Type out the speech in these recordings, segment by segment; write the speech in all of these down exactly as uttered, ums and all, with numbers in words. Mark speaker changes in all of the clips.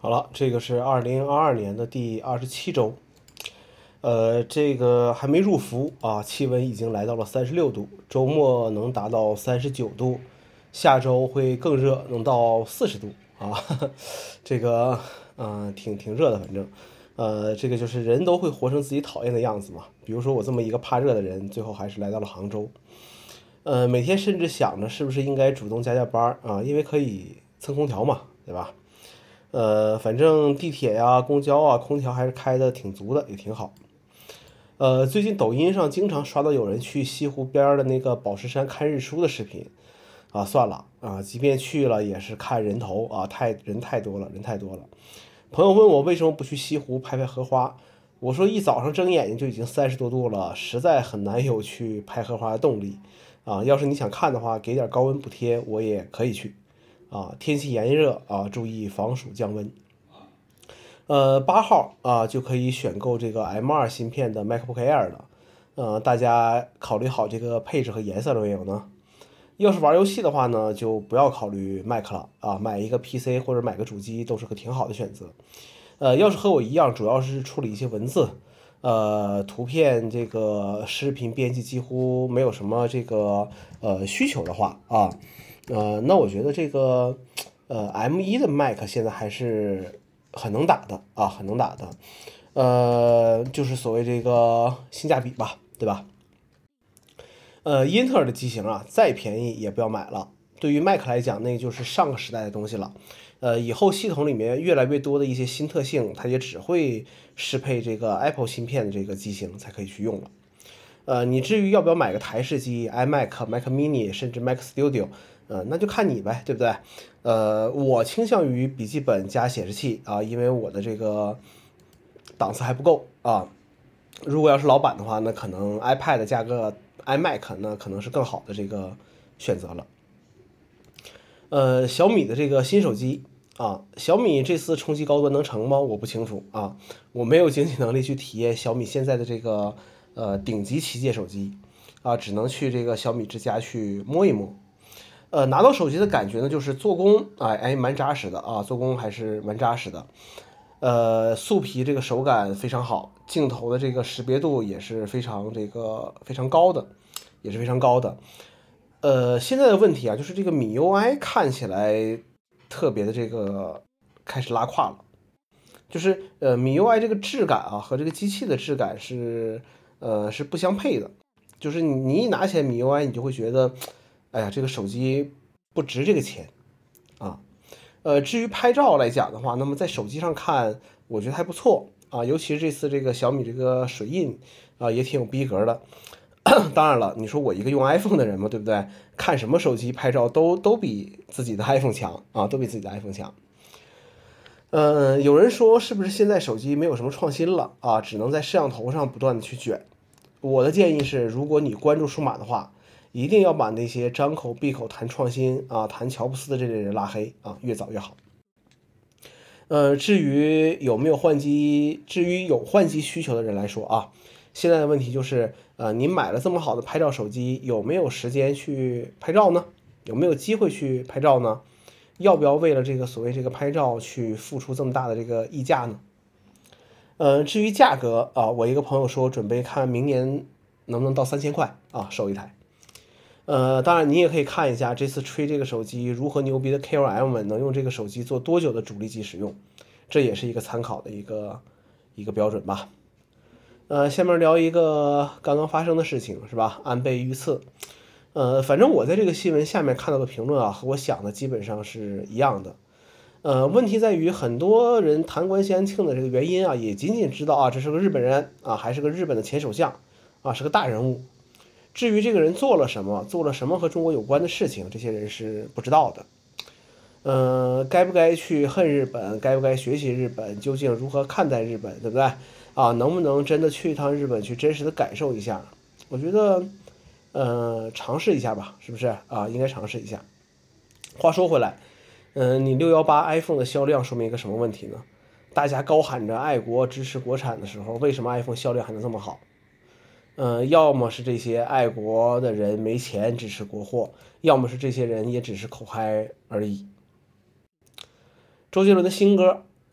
Speaker 1: 好了，这个是二零二二年的第二十七周，呃，这个还没入伏啊，气温已经来到了三十六度，周末能达到三十九度，下周会更热，能到四十度啊，这个嗯、呃挺挺热的，反正，呃，这个就是人都会活成自己讨厌的样子嘛。比如说我这么一个怕热的人，最后还是来到了杭州，呃，每天甚至想着是不是应该主动加加班啊，因为可以蹭空调嘛，对吧？呃，反正地铁呀、公交啊，空调还是开的挺足的，也挺好。呃，最近抖音上经常刷到有人去西湖边的那个宝石山看日出的视频，啊，算了啊，即便去了也是看人头啊，太人太多了，人太多了。朋友问我为什么不去西湖拍拍荷花，我说一早上睁眼睛就已经三十多度了，实在很难有去拍荷花的动力啊。要是你想看的话，给点高温补贴，我也可以去啊。天气炎热啊，注意防暑降温。呃，八号啊就可以选购这个 M 二芯片的 MacBook Air 了。呃，大家考虑好这个配置和颜色了没有呢？要是玩游戏的话呢，就不要考虑 Mac 了啊，买一个 P C 或者买个主机都是个挺好的选择。呃，要是和我一样，主要是处理一些文字，呃，图片这个视频编辑几乎没有什么这个呃需求的话啊，呃，那我觉得这个呃 M 一的 Mac 现在还是很能打的啊，很能打的，呃，就是所谓这个性价比吧，对吧？呃，英特尔的机型啊，再便宜也不要买了。对于 Mac 来讲，那就是上个时代的东西了。呃，以后系统里面越来越多的一些新特性，它也只会适配这个 Apple 芯片的这个机型才可以去用了。呃，你至于要不要买个台式机、iMac、Mac Mini，甚至 Mac Studio，呃，那就看你呗，对不对？呃，我倾向于笔记本加显示器啊，因为我的这个档次还不够啊。如果要是老板的话，那可能 iPad 加个 iMac，那可能是更好的这个选择了。呃，小米的这个新手机啊，小米这次冲击高端能成吗？我不清楚啊，我没有经济能力去体验小米现在的这个呃顶级旗舰手机啊，只能去这个小米之家去摸一摸。呃，拿到手机的感觉呢，就是做工哎哎蛮扎实的啊，做工还是蛮扎实的。呃，素皮这个手感非常好，镜头的这个识别度也是非常这个非常高的，也是非常高的。呃，现在的问题啊，就是这个米 U I 看起来特别的这个开始拉胯了，就是呃米 U I 这个质感啊和这个机器的质感是呃是不相配的，就是你你一拿起来米 U I，你就会觉得，哎呀，这个手机不值这个钱啊。呃，至于拍照来讲的话，那么在手机上看，我觉得还不错啊，尤其是这次这个小米这个水印啊，也挺有逼格的。当然了，你说我一个用 iPhone 的人嘛，对不对？看什么手机拍照都都比自己的 iPhone 强啊，都比自己的 iPhone 强。嗯，有人说是不是现在手机没有什么创新了啊，只能在摄像头上不断的去卷？我的建议是，如果你关注数码的话，一定要把那些张口闭口谈创新啊、谈乔布斯的这类人拉黑啊，越早越好。呃，至于有没有换机，至于有换机需求的人来说啊，现在的问题就是，呃，您买了这么好的拍照手机，有没有时间去拍照呢？有没有机会去拍照呢？要不要为了这个所谓这个拍照去付出这么大的这个溢价呢？呃，至于价格啊，我一个朋友说准备看明年能不能到三千块啊，收一台。呃，当然你也可以看一下这次吹这个手机如何牛逼的 K O L 们能用这个手机做多久的主力机使用，这也是一个参考的一个一个标准吧。呃，下面聊一个刚刚发生的事情是吧？安倍遇刺。呃，反正我在这个新闻下面看到的评论啊，和我想的基本上是一样的。呃，问题在于很多人谈关系安庆的这个原因啊，也仅仅知道啊，这是个日本人啊，还是个日本的前首相啊，是个大人物。至于这个人做了什么，做了什么和中国有关的事情，这些人是不知道的。呃，该不该去恨日本？该不该学习日本？究竟如何看待日本？对不对？啊，能不能真的去一趟日本，去真实的感受一下？我觉得，呃，尝试一下吧，是不是啊？应该尝试一下。话说回来，嗯、呃，你六幺八 iPhone 的销量说明一个什么问题呢？大家高喊着爱国支持国产的时候，为什么 iPhone 销量还能这么好？嗯、呃，要么是这些爱国的人没钱支持国货，要么是这些人也只是口嗨而已。周杰伦的新歌，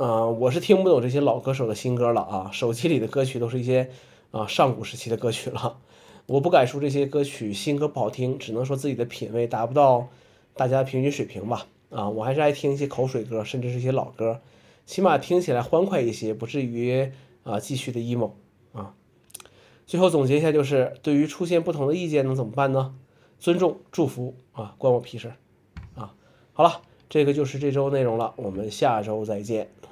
Speaker 1: 啊、我是听不懂这些老歌手的新歌了啊，手机里的歌曲都是一些啊上古时期的歌曲了。我不敢说这些歌曲新歌不好听，只能说自己的品味达不到大家平均水平吧。啊，我还是爱听一些口水歌，甚至是一些老歌，起码听起来欢快一些，不至于啊继续的 emo 啊。最后总结一下，就是对于出现不同的意见能怎么办呢？尊重、祝福啊，关我屁事啊。好了，这个就是这周内容了，我们下周再见。